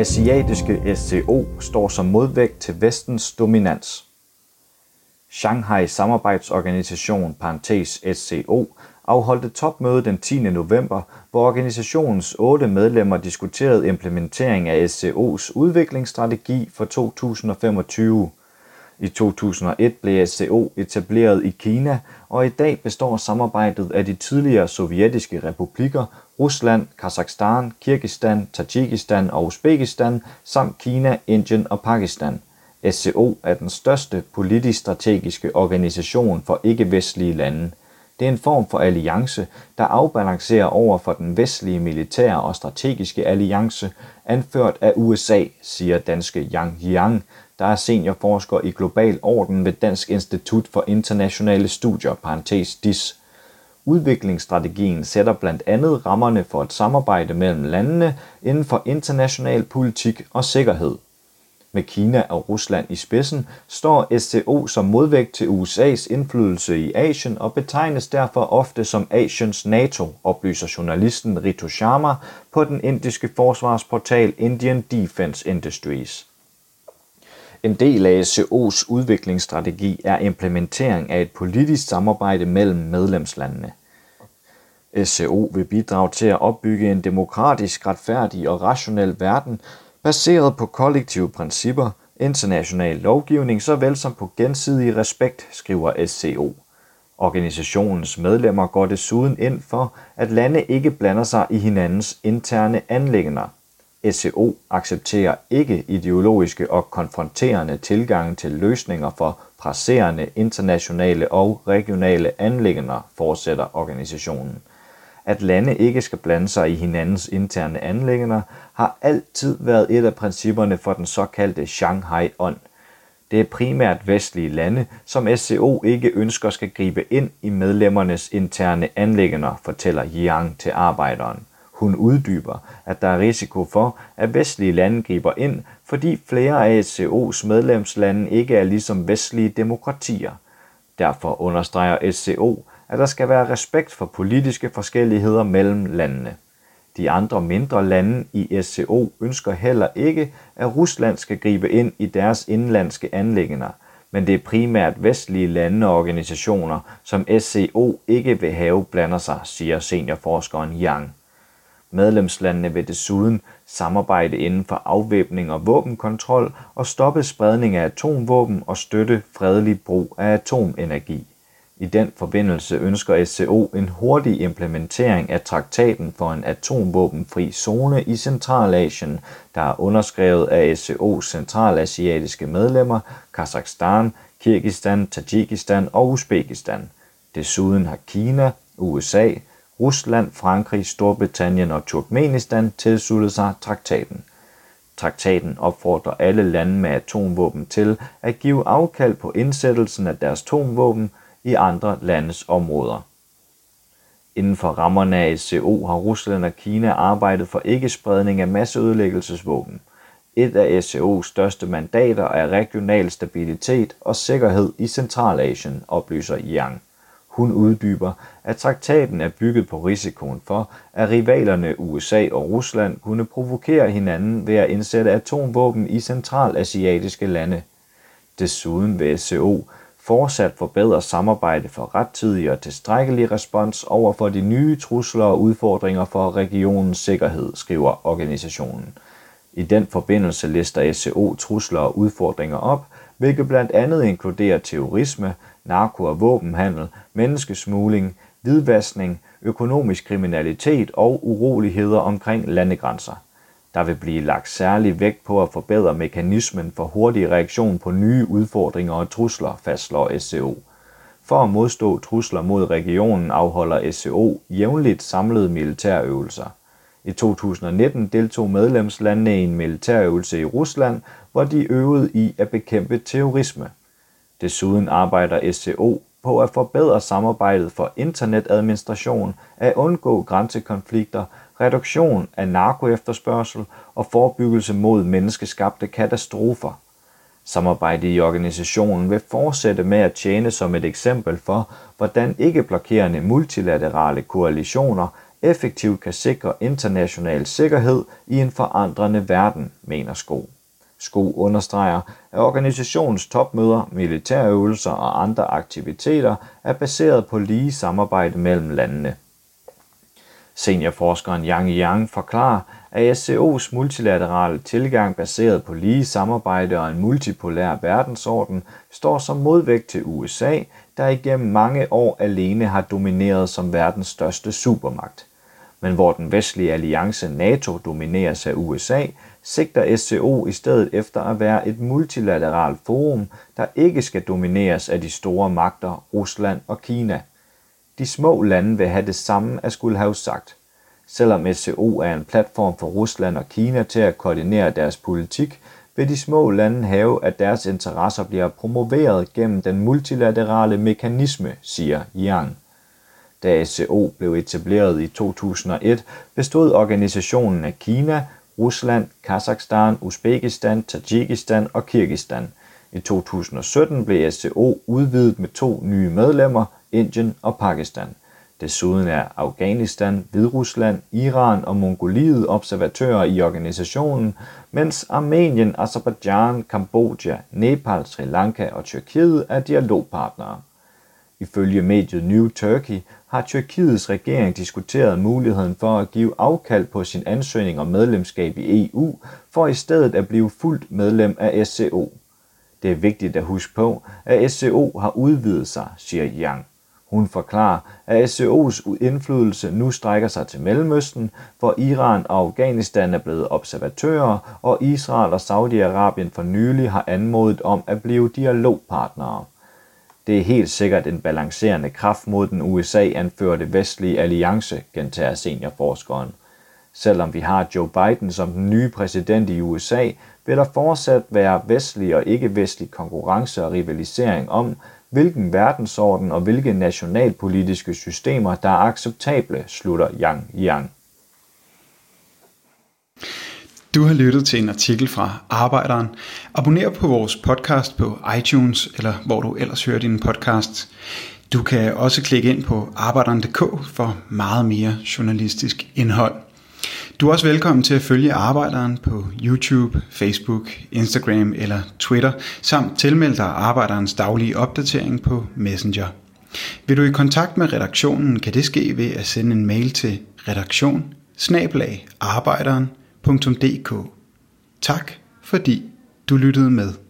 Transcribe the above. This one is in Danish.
Asiatiske SCO står som modvægt til Vestens dominans. Shanghai Samarbejdsorganisation (SCO) afholdte topmøde den 10. november, hvor organisationens 8 medlemmer diskuterede implementering af SCO's udviklingsstrategi for 2025. I 2001 blev SCO etableret i Kina, og i dag består samarbejdet af de tidligere sovjetiske republikker Rusland, Kazakhstan, Kirgisistan, Tadsjikistan og Uzbekistan samt Kina, Indien og Pakistan. SCO er den største politisk-strategiske organisation for ikke-vestlige lande. Det er en form for alliance, der afbalancerer over for den vestlige militære og strategiske alliance, anført af USA, siger danske Yang Jiang, der er seniorforsker i global orden ved Dansk Institut for Internationale Studier (DIS). Udviklingsstrategien sætter blandt andet rammerne for et samarbejde mellem landene inden for international politik og sikkerhed. Med Kina og Rusland i spidsen står SCO som modvægt til USA's indflydelse i Asien og betegnes derfor ofte som Asiens NATO, oplyser journalisten Ritu Sharma på den indiske forsvarsportal Indian Defense Industries. En del af SCO's udviklingsstrategi er implementering af et politisk samarbejde mellem medlemslandene. SCO vil bidrage til at opbygge en demokratisk, retfærdig og rationel verden, baseret på kollektive principper, international lovgivning såvel som på gensidig respekt, skriver SCO. Organisationens medlemmer går desuden ind for, at lande ikke blander sig i hinandens interne anliggender. SCO accepterer ikke ideologiske og konfronterende tilgange til løsninger for presserende internationale og regionale anliggender, fortsætter organisationen. At lande ikke skal blande sig i hinandens interne anliggender, har altid været et af principperne for den såkaldte Shanghai-ånd. Det er primært vestlige lande, som SCO ikke ønsker skal gribe ind i medlemmernes interne anliggender, fortæller Jiang til Arbejderen. Hun uddyber, at der er risiko for, at vestlige lande griber ind, fordi flere af SCO's medlemslande ikke er ligesom vestlige demokratier. Derfor understreger SCO, at der skal være respekt for politiske forskelligheder mellem landene. De andre mindre lande i SCO ønsker heller ikke, at Rusland skal gribe ind i deres indlandske anliggender, men det er primært vestlige lande og organisationer, som SCO ikke vil have blander sig, siger seniorforskeren Yang. Medlemslandene vil desuden samarbejde inden for afvæbning og våbenkontrol og stoppe spredning af atomvåben og støtte fredelig brug af atomenergi. I den forbindelse ønsker SCO en hurtig implementering af traktaten for en atomvåbenfri zone i Centralasien, der er underskrevet af SCO's centralasiatiske medlemmer Kazakhstan, Kirgisistan, Tadsjikistan og Uzbekistan. Desuden har Kina, USA, Rusland, Frankrig, Storbritannien og Turkmenistan tilsluttet sig traktaten. Traktaten opfordrer alle lande med atomvåben til at give afkald på indsættelsen af deres atomvåben i andre landes områder. Inden for rammerne af SCO har Rusland og Kina arbejdet for ikke-spredning af masseødelæggelsesvåben. Et af SCO's største mandater er regional stabilitet og sikkerhed i Centralasien, oplyser Yang. Hun uddyber, at traktaten er bygget på risikoen for, at rivalerne USA og Rusland kunne provokere hinanden ved at indsætte atomvåben i centralasiatiske lande. Desuden vil SCO fortsat forbedre samarbejde for rettidig og tilstrækkelig respons over for de nye trusler og udfordringer for regionens sikkerhed, skriver organisationen. I den forbindelse lister SCO trusler og udfordringer op, hvilket blandt andet inkluderer terrorisme, narko- og våbenhandel, menneskesmugling, hvidvaskning, økonomisk kriminalitet og uroligheder omkring landegrænser. Der vil blive lagt særlig vægt på at forbedre mekanismen for hurtig reaktion på nye udfordringer og trusler, fastslår SCO. For at modstå trusler mod regionen afholder SCO jævnligt samlede militærøvelser. I 2019 deltog medlemslandene i en militærøvelse i Rusland, hvor de øvede i at bekæmpe terrorisme. Desuden arbejder SCO på at forbedre samarbejdet for internetadministration, at undgå grænsekonflikter, reduktion af narkoefterspørgsel og forebyggelse mod menneskeskabte katastrofer. Samarbejdet i organisationen vil fortsætte med at tjene som et eksempel for, hvordan ikke-blokerende multilaterale koalitioner effektivt kan sikre international sikkerhed i en forandrende verden, mener Sko. Sko understreger, at organisationens topmøder, militærøvelser og andre aktiviteter er baseret på lige samarbejde mellem landene. Seniorforskeren Yang Yang forklarer, at SCO's multilaterale tilgang baseret på lige samarbejde og en multipolær verdensorden står som modvægt til USA, der igennem mange år alene har domineret som verdens største supermagt. Men hvor den vestlige alliance NATO domineres af USA, sigter SCO i stedet efter at være et multilateralt forum, der ikke skal domineres af de store magter Rusland og Kina. De små lande vil have det samme at skulle have sagt. Selvom SCO er en platform for Rusland og Kina til at koordinere deres politik, vil de små lande have, at deres interesser bliver promoveret gennem den multilaterale mekanisme, siger Yang. Da SCO blev etableret i 2001, bestod organisationen af Kina, Rusland, Kazakhstan, Uzbekistan, Tadsjikistan og Kirgisistan. I 2017 blev SCO udvidet med 2 nye medlemmer, Indien og Pakistan. Desuden er Afghanistan, Hviderusland, Iran og Mongoliet observatører i organisationen, mens Armenien, Aserbajdsjan, Kambodja, Nepal, Sri Lanka og Tyrkiet er dialogpartnere. Ifølge mediet New Turkey har Tyrkiets regering diskuteret muligheden for at give afkald på sin ansøgning om medlemskab i EU, for i stedet at blive fuldt medlem af SCO. Det er vigtigt at huske på, at SCO har udvidet sig, siger Yang. Hun forklarer, at SCO's indflydelse nu strækker sig til Mellemøsten, hvor Iran og Afghanistan er blevet observatører, og Israel og Saudi-Arabien for nylig har anmodet om at blive dialogpartnere. Det er helt sikkert en balancerende kraft mod den USA-anførte vestlige alliance, gentager seniorforskeren. Selvom vi har Joe Biden som den nye præsident i USA, vil der fortsat være vestlig og ikke-vestlig konkurrence og rivalisering om, hvilken verdensorden og hvilke nationalpolitiske systemer, der er acceptable, slutter Yang. Du har lyttet til en artikel fra Arbejderen. Abonner på vores podcast på iTunes, eller hvor du ellers hører din podcast. Du kan også klikke ind på arbejderen.dk for meget mere journalistisk indhold. Du er også velkommen til at følge Arbejderen på YouTube, Facebook, Instagram eller Twitter, samt tilmelde dig Arbejderens daglige opdatering på Messenger. Vil du i kontakt med redaktionen, kan det ske ved at sende en mail til redaktion@arbejderen.dk. Tak fordi du lyttede med.